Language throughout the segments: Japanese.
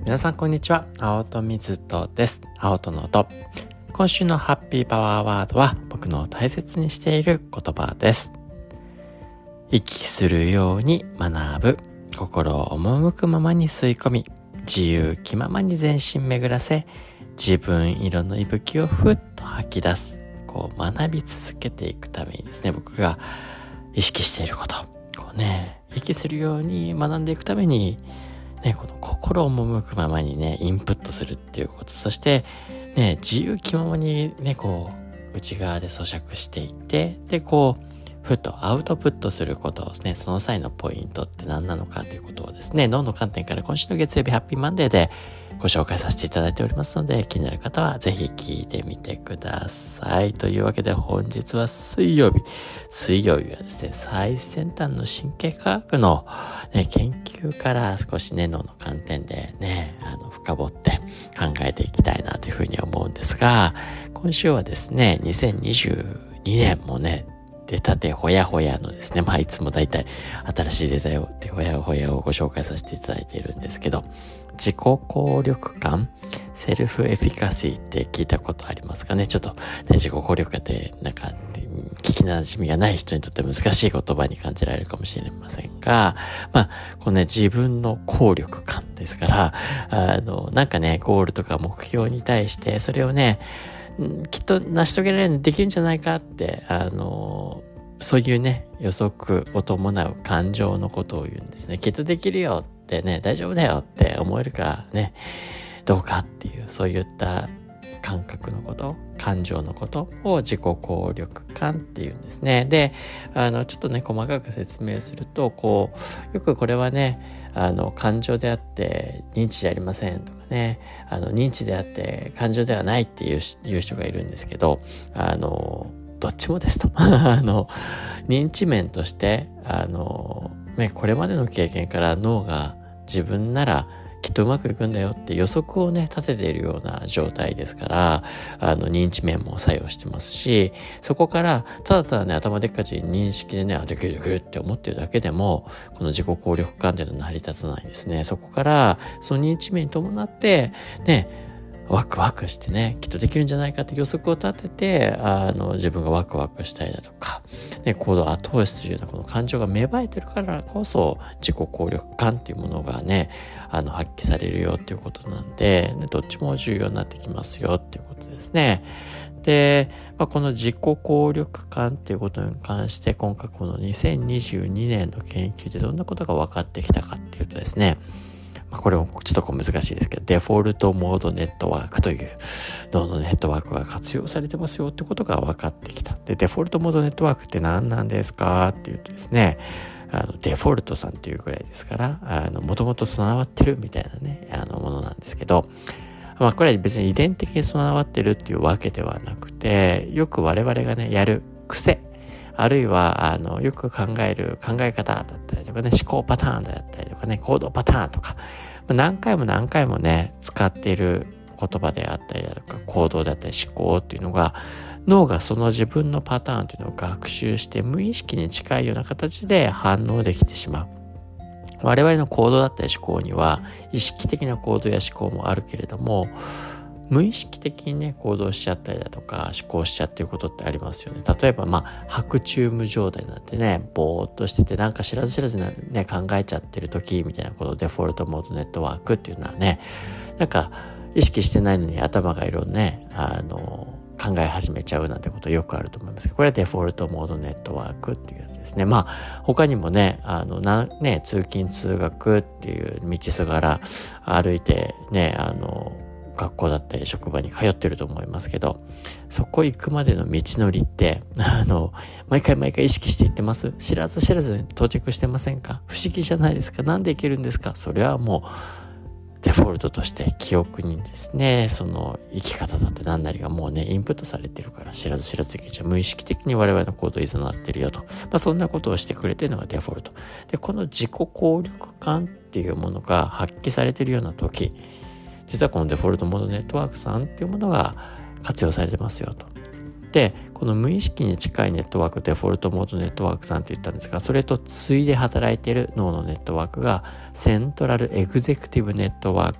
皆さんこんにちは。青戸水戸です。青戸の音。今週のハッピーパワーワードは僕の大切にしている言葉です。息するように学ぶ。心を赴くままに吸い込み、自由気ままに全身巡らせ、自分色の息吹をふっと吐き出す。学び続けていくためにですね、僕が意識していること。息するように学んでいくために、この心を赴くままにインプットするっていうこと。そして、自由気ままに内側で咀嚼していって、ふっとアウトプットすることをですね、その際のポイントって何なのかということをですね、脳の観点から今週の月曜日ハッピーマンデーでご紹介させていただいておりますので、気になる方はぜひ聞いてみてください。というわけで本日は水曜日。水曜日はですね、最先端の神経科学の、研究から少し脳の観点で深掘って考えていきたいなというふうに思うんですが、今週はですね、2022年も出たてほやほやのですね、いつもだいたい新しい出たてほやほやをご紹介させていただいているんですけど、自己効力感、セルフエフィカシーって聞いたことありますかね。ちょっと、自己効力感って聞き馴染みがない人にとって難しい言葉に感じられるかもしれませんが、自分の効力感ですから、ゴールとか目標に対してそれをきっと成し遂げられるのできるんじゃないかって、そういう予測を伴う感情のことを言うんですね。きっとできるよって大丈夫だよって思えるかどうかっていう、そういった感覚のこと、感情のことを自己効力感っていうんですね。で、ちょっと細かく説明すると、よくこれは感情であって認知じゃありませんとか認知であって感情ではないっていう人がいるんですけど、どっちもですと認知面としてこれまでの経験から脳が自分ならきっとうまくいくんだよって予測を立てているような状態ですから、認知面も作用してますし、そこからただただ頭でっかちに認識でできるできるって思ってるだけでも、この自己効力感っていうのは成り立たないですね。そこからその認知面に伴ってワクワクしてきっとできるんじゃないかって予測を立てて、自分がワクワクしたりだとか、行動を後押しするようなこの感情が芽生えてるからこそ、自己効力感っていうものが発揮されるよっていうことなんで、どっちも重要になってきますよっていうことですね。で、この自己効力感っていうことに関して、今回この2022年の研究でどんなことが分かってきたかっていうとですね、これもちょっと難しいですけど、デフォルトモードネットワークという脳のネットワークが活用されてますよってことが分かってきた。で、デフォルトモードネットワークって何なんですかっていうとですね、デフォルトさんっていうぐらいですから、もともと備わってるみたいなものなんですけど、これは別に遺伝的に備わってるっていうわけではなくて、よく我々がやる癖、あるいはよく考える考え方だったりとか思考パターンだったりとか行動パターンとか、何回も使っている言葉であったりだとか行動だったり思考っていうのが、脳がその自分のパターンっていうのを学習して無意識に近いような形で反応できてしまう。我々の行動だったり思考には意識的な行動や思考もあるけれども、無意識的に行動しちゃったりだとか思考しちゃってることってありますよね。例えば白昼無状態になってぼーっとしてて知らず知らず考えちゃってる時みたいな、このデフォルトモードネットワークっていうのは意識してないのに頭がいろいろ考え始めちゃうなんてことよくあると思いますけど、これはデフォルトモードネットワークっていうやつですね。他にも通勤通学っていう道すがら歩いて学校だったり職場に通ってると思いますけど、そこ行くまでの道のりって毎回意識していってます？知らず知らずに到着してませんか？不思議じゃないですか？なんで行けるんですか？それはもうデフォルトとして記憶にですね、その生き方だって何なりがもうインプットされてるから、知らず知らず行けちゃう。無意識的に我々の行動依存になってるよと、そんなことをしてくれてるのがデフォルトで、この自己効力感っていうものが発揮されてるような時、実はこのデフォルトモードネットワークさんっていうものが活用されてますよと。で、この無意識に近いネットワーク、デフォルトモードネットワークさんって言ったんですが、それと対で働いている脳のネットワークがセントラルエグゼクティブネットワーク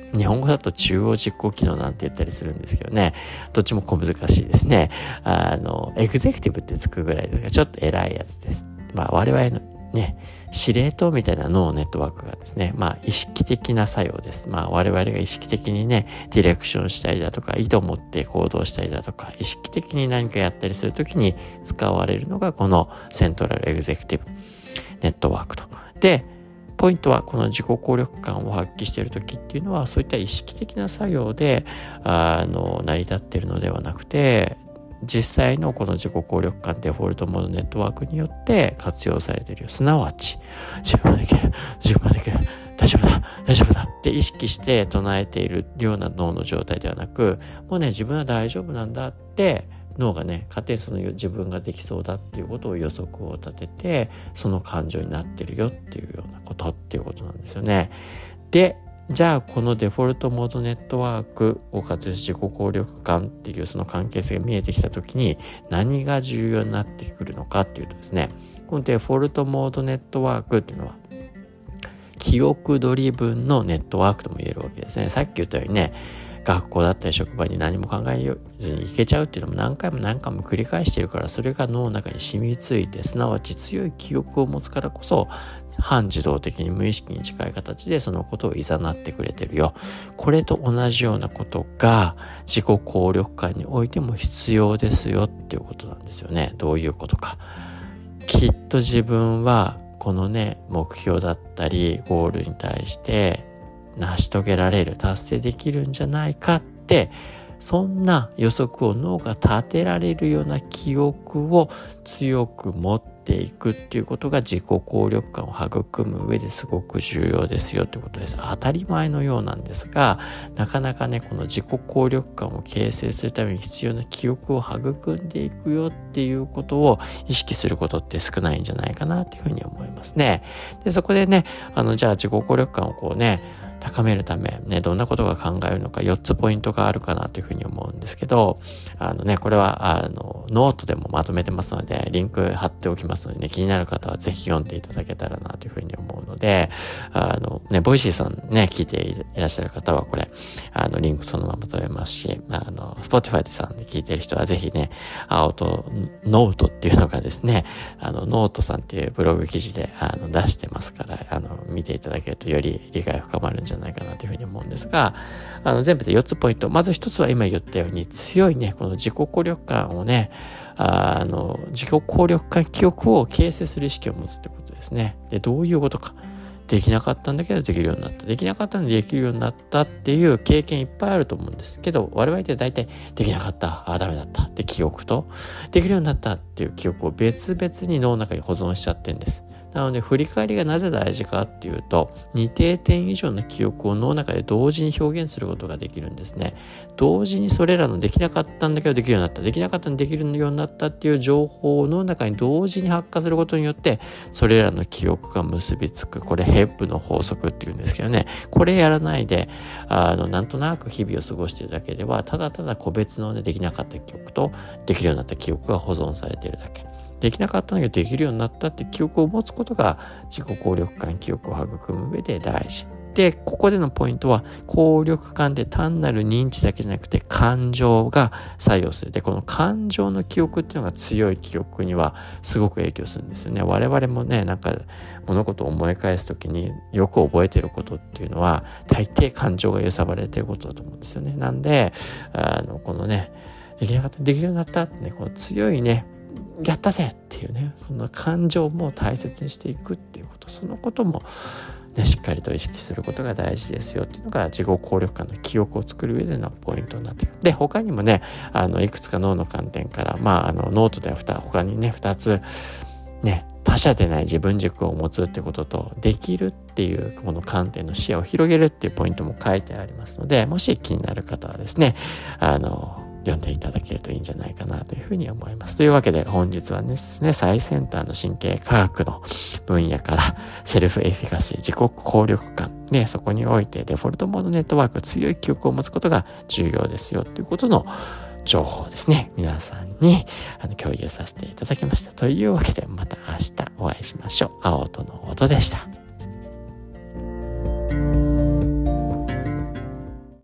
日本語だと中央実行機能なんて言ったりするんですけどね、どっちも小難しいですね。エグゼクティブってつくぐらいですが、ちょっと偉いやつです。我々のね、司令塔みたいな脳ネットワークがですね、意識的な作用です。我々が意識的にね、ディレクションしたりだとか、意図を持って行動したりだとか、意識的に何かやったりするときに使われるのがこのセントラルエグゼクティブネットワークと。で、ポイントはこの自己効力感を発揮しているときっていうのは、そういった意識的な作業で成り立っているのではなくて、実際のこの自己効力感デフォルトモードネットワークによって活用されているよ。すなわち自分はできる、大丈夫だって意識して唱えているような脳の状態ではなく、もうね、自分は大丈夫なんだって脳がね、勝手にその自分ができそうだっていうことを予測を立てて、その感情になってるよっていうようなことっていうことなんですよね。で、じゃあこのデフォルトモードネットワークを活用し自己効力感っていうその関係性が見えてきたときに何が重要になってくるのかっていうとですね、このデフォルトモードネットワークっていうのは記憶ドリブンのネットワークとも言えるわけですね。さっき言ったようにね、学校だったり職場に何も考えずに行けちゃうっていうのも何回も繰り返しているから、それが脳の中に染みついて、すなわち強い記憶を持つからこそ半自動的に無意識に近い形でそのことを誘ってくれてるよ。これと同じようなことが自己効力感においても必要ですよっていうことなんですよね。どういうことか。きっと自分はこのね、目標だったりゴールに対して成し遂げられる、達成できるんじゃないかって、そんな予測を脳が立てられるような記憶を強く持っていくっていうことが自己効力感を育む上ですごく重要ですよってことです。当たり前のようなんですが、なかなかね、この自己効力感を形成するために必要な記憶を育んでいくよっていうことを意識することって少ないんじゃないかなというふうに思いますね。で、そこでね、じゃあ自己効力感をこうね、高めるためね、どんなことが考えるのか4つポイントがあるかなというふうに思うんですけど、これはノートでもまとめてますので、リンク貼っておきますのでね、気になる方はぜひ読んでいただけたらなというふうに思うので、ボイシーさんね、聞いていらっしゃる方はこれ、リンクそのまま取れますし、Spotify さんで聞いてる人はぜひね、ノートっていうのがですね、ノートさんっていうブログ記事で出してますから、見ていただけるとより理解が深まるんじゃないかなというふうに思うんですが、全部で4つポイント。まず1つは今言ったように強いね、この自己効力感をね、自己効力感記憶を形成する意識を持つってことですね。で、どういうことか。できなかったんだけどできるようになった。できなかったのでできるようになったっていう経験いっぱいあると思うんですけど、我々って大体できなかった、ダメだったって記憶と、できるようになったっていう記憶を別々に脳の中に保存しちゃってるんです。なので振り返りがなぜ大事かっていうと、2定点以上の記憶を脳の中で同時に表現することができるんですね。同時にそれらのできなかったんだけどできるようになった、できなかったのでできるようになったっていう情報を脳の中に同時に発火することによって、それらの記憶が結びつく。これヘップの法則っていうんですけどね。これやらないで、なんとなく日々を過ごしているだけでは、ただただ個別のね、できなかった記憶とできるようになった記憶が保存されているだけ。できなかったんだけどできるようになったって記憶を持つことが自己効力感記憶を育む上で大事。で、ここでのポイントは、効力感で単なる認知だけじゃなくて感情が作用する。で、この感情の記憶っていうのが強い記憶にはすごく影響するんですよね。我々もね、物事を思い返すときによく覚えていることっていうのは大抵感情が揺さばれていることだと思うんですよね。なんで、このね、できなかった、できるようになったってね、この強いね、やったぜっていうね、その感情も大切にしていくっていうこと、そのこともね、しっかりと意識することが大事ですよっていうのが自己効力感の記憶を作る上でのポイントになっていく。で、他にもね、いくつか脳の観点から、ノートでは他にね、2つね、他者でない自分軸を持つってことと、できるっていうこの観点の視野を広げるっていうポイントも書いてありますので、もし気になる方はですね、読んでいただけるといいんじゃないかなというふうに思います。というわけで本日はですね、最先端の神経科学の分野からセルフエフィカシー、自己効力感、ね、そこにおいてデフォルトモードネットワーク、強い記憶を持つことが重要ですよということの情報をですね、皆さんに共有させていただきました。というわけでまた明日お会いしましょう。青との音でした。